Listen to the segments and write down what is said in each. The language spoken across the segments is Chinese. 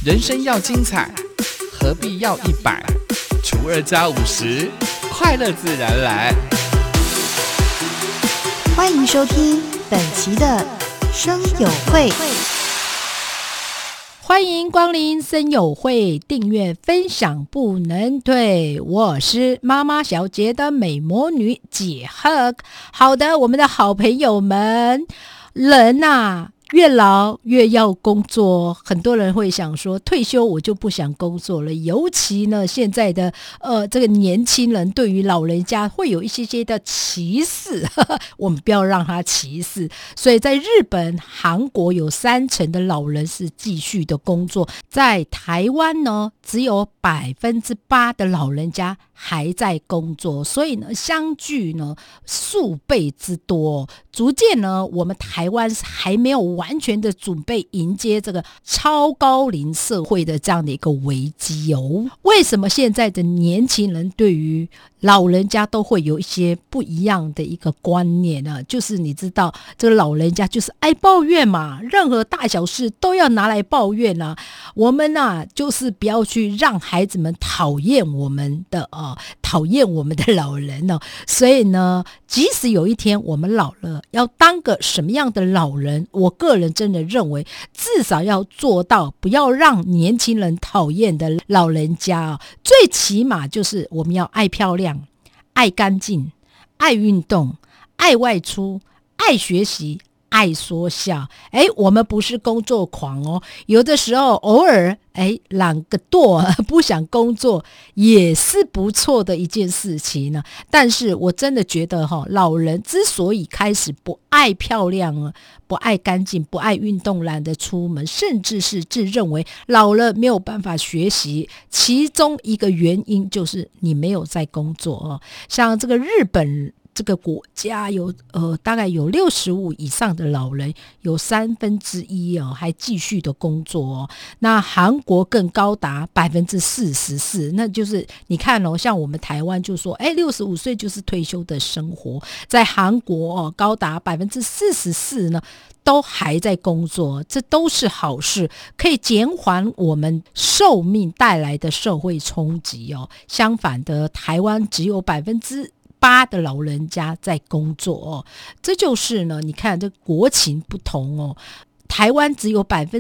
人生要精彩，何必要100除2加50，快乐自然来。 欢迎收听本期的声友会。 欢迎光临声友会，订阅分享不能退。我是妈妈小姐的美魔女姐赫。好的，我们的好朋友们，人啊越老越要工作，很多人会想说退休我就不想工作了，尤其呢现在的这个年轻人对于老人家会有一些的歧视我们不要让他歧视。所以在日本、韩国有30%的老人是继续的工作，在台湾呢只有8%的老人家还在工作，所以呢相距呢数倍之多，逐渐呢我们台湾还没有完全的准备迎接这个超高龄社会的这样的一个危机哦。为什么现在的年轻人对于老人家都会有一些不一样的一个观念呢？就是你知道这个老人家就是爱抱怨嘛，任何大小事都要拿来抱怨啊。我们啊就是不要去让孩子们讨厌我们的老人哦。所以呢即使有一天我们老了，要当个什么样的老人，我个人真的认为至少要做到不要让年轻人讨厌的老人家最起码就是我们要爱漂亮、爱干净、爱运动、爱外出、爱学习、爱说笑。我们不是工作狂哦，有的时候偶尔懒个惰不想工作也是不错的一件事情呢。但是我真的觉得老人之所以开始不爱漂亮、不爱干净、不爱运动、懒得出门，甚至是自认为老了没有办法学习，其中一个原因就是你没有在工作像这个日本这个国家有大概有65以上的老人，有1/3还继续的工作那韩国更高达44%，那就是你看像我们台湾就说65岁就是退休的生活，在韩国高达44%呢都还在工作，这都是好事，可以减缓我们寿命带来的社会冲击相反的，台湾只有8%的老人家在工作这就是呢，你看这国情不同台湾只有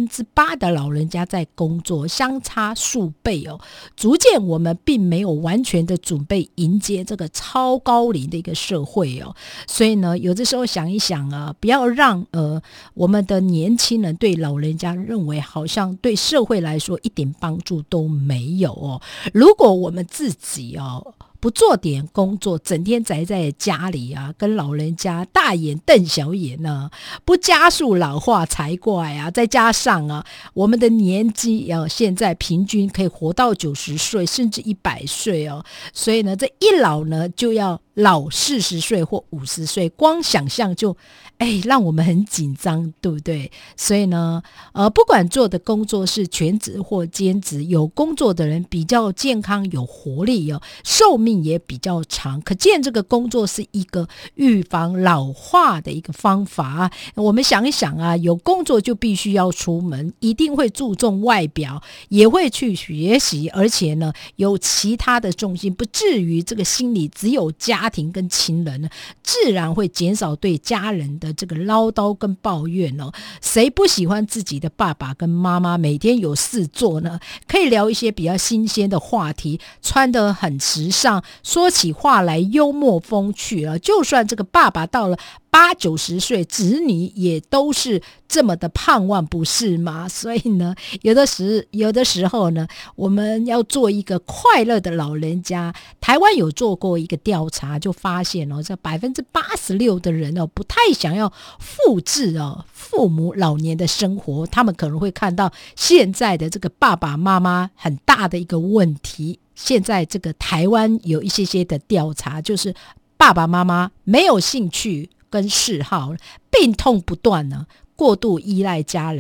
8%的老人家在工作，相差数倍逐渐我们并没有完全的准备迎接这个超高龄的一个社会所以呢，有的时候想一想不要让我们的年轻人对老人家认为好像对社会来说一点帮助都没有如果我们自己不做点工作，整天宅在家里跟老人家大眼瞪小眼不加速老化才怪再加上我们的年纪现在平均可以活到90岁甚至100岁所以呢这一老呢就要老40岁或50岁，光想象就让我们很紧张，对不对？所以呢不管做的工作是全职或兼职，有工作的人比较健康有活力寿命也比较长，可见这个工作是一个预防老化的一个方法我们想一想有工作就必须要出门，一定会注重外表，也会去学习，而且呢有其他的重心，不至于这个心里只有家庭跟亲人自然会减少对家人的这个唠叨跟抱怨谁不喜欢自己的爸爸跟妈妈每天有事做呢？可以聊一些比较新鲜的话题，穿得很时尚，说起话来幽默风趣就算这个爸爸到了80-90岁，子女也都是这么的盼望，不是吗？所以呢有的时候呢我们要做一个快乐的老人家。台湾有做过一个调查，就发现这86%的人不太想要复制父母老年的生活，他们可能会看到现在的这个爸爸妈妈很大的一个问题。现在这个台湾有一些的调查，就是爸爸妈妈没有兴趣跟嗜好，病痛不断过度依赖家人，不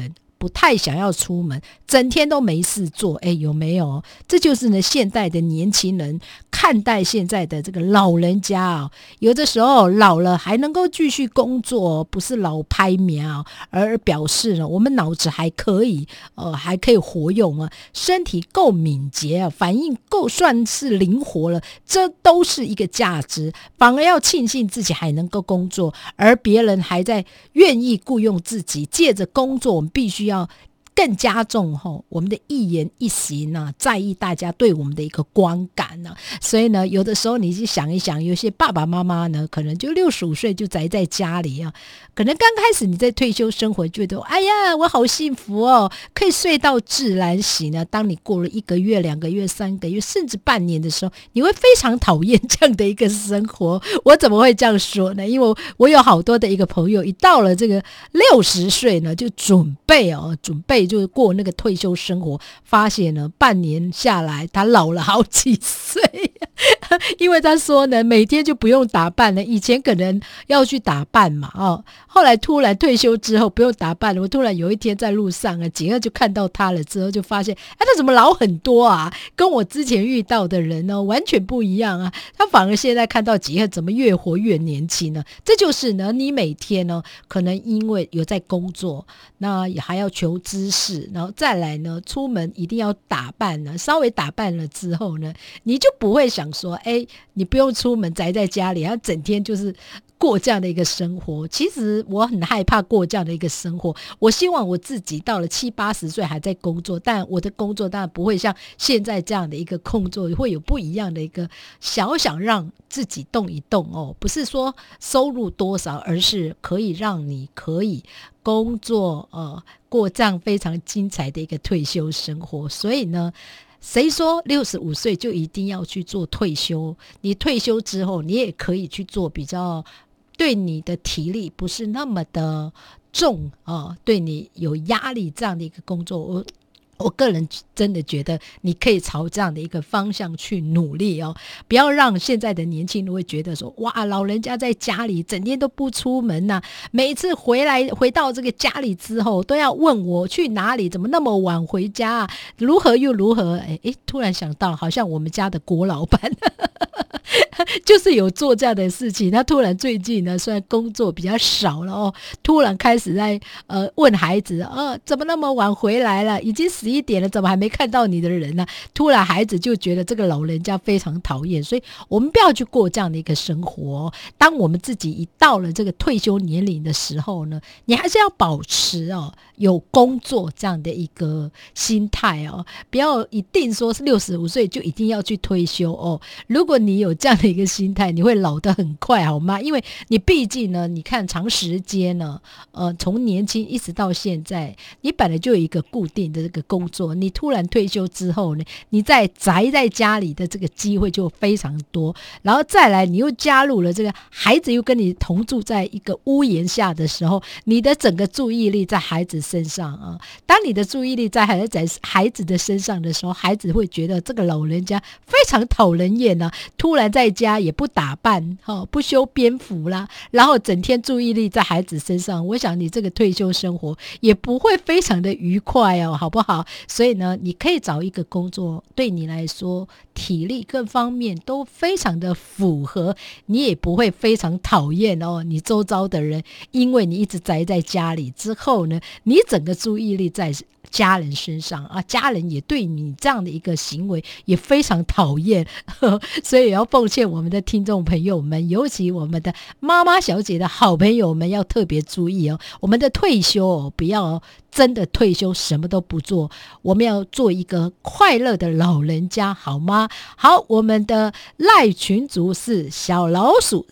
不太想要出门，整天都没事做，有没有？这就是呢现代的年轻人看待现在的这个老人家有的时候老了还能够继续工作，不是老拍苗，而表示呢我们脑子还可以还可以活用身体够敏捷反应够算是灵活了，这都是一个价值，反而要庆幸自己还能够工作，而别人还在愿意雇佣自己，借着工作我们必须要更加重我们的一言一行在意大家对我们的一个观感所以呢有的时候你去想一想，有些爸爸妈妈呢可能就65岁就宅在家里可能刚开始你在退休生活觉得哎呀我好幸福可以睡到自然醒当你过了1个月2个月3个月甚至半年的时候，你会非常讨厌这样的一个生活。我怎么会这样说呢？因为我有好多的一个朋友一到了这个60岁呢就准备就是过那个退休生活，发现呢半年下来他老了好几岁因为他说呢每天就不用打扮了，以前可能要去打扮嘛后来突然退休之后不用打扮了，我突然有一天在路上紧接着就看到他了，之后就发现他怎么老很多跟我之前遇到的人呢完全不一样他反而现在看到吉赫怎么越活越年轻呢？这就是呢你每天呢可能因为有在工作，那也还要求知识，然后再来呢出门一定要打扮呢，稍微打扮了之后呢你就不会想说你不用出门宅在家里，然后整天就是过这样的一个生活。其实我很害怕过这样的一个生活，我希望我自己到了70、80岁还在工作，但我的工作当然不会像现在这样的一个工作，会有不一样的一个想让自己动一动不是说收入多少，而是可以让你可以工作过这样非常精彩的一个退休生活。所以呢谁说65岁就一定要去做退休？你退休之后你也可以去做比较对你的体力不是那么的重对你有压力这样的一个工作。我个人真的觉得你可以朝这样的一个方向去努力不要让现在的年轻人会觉得说哇老人家在家里整天都不出门每一次回到这个家里之后都要问我去哪里，怎么那么晚回家如何又如何突然想到好像我们家的郭老板就是有做这样的事情，他突然最近呢虽然工作比较少了突然开始在问孩子怎么那么晚回来了，已经11点了怎么还没看到你的人呢？突然孩子就觉得这个老人家非常讨厌，所以我们不要去过这样的一个生活当我们自己一到了这个退休年龄的时候呢，你还是要保持有工作这样的一个心态不要一定说是65岁就一定要去退休如果你有这样的一个心态，你会老得很快好吗？因为你毕竟呢你看长时间呢从年轻一直到现在，你本来就有一个固定的这个工作，你突然退休之后呢，你在宅在家里的这个机会就非常多，然后再来你又加入了这个孩子又跟你同住在一个屋檐下的时候，你的整个注意力在孩子身上当你的注意力在孩子的身上的时候，孩子会觉得这个老人家非常讨人厌突然在家也不打扮不修边幅啦，然后整天注意力在孩子身上，我想你这个退休生活也不会非常的愉快好不好？所以呢你可以找一个工作对你来说体力各方面都非常的符合，你也不会非常讨厌你周遭的人，因为你一直宅在家里之后呢，你整个注意力在家人身上家人也对你这样的一个行为也非常讨厌所以也要奉劝我们的听众朋友们，尤其我们的妈妈小姐的好朋友们要特别注意我们的退休不要真的退休什么都不做，我们要做一个快乐的老人家好吗？好，我们的赖群组是小老鼠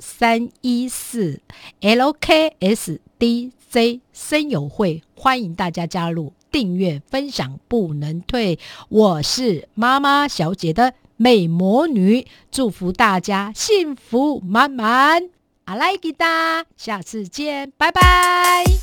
314 LKSDJ 声友会，欢迎大家加入，订阅分享不能退。我是妈妈小姐的美魔女，祝福大家幸福满满。阿赖吉达，下次见，拜拜。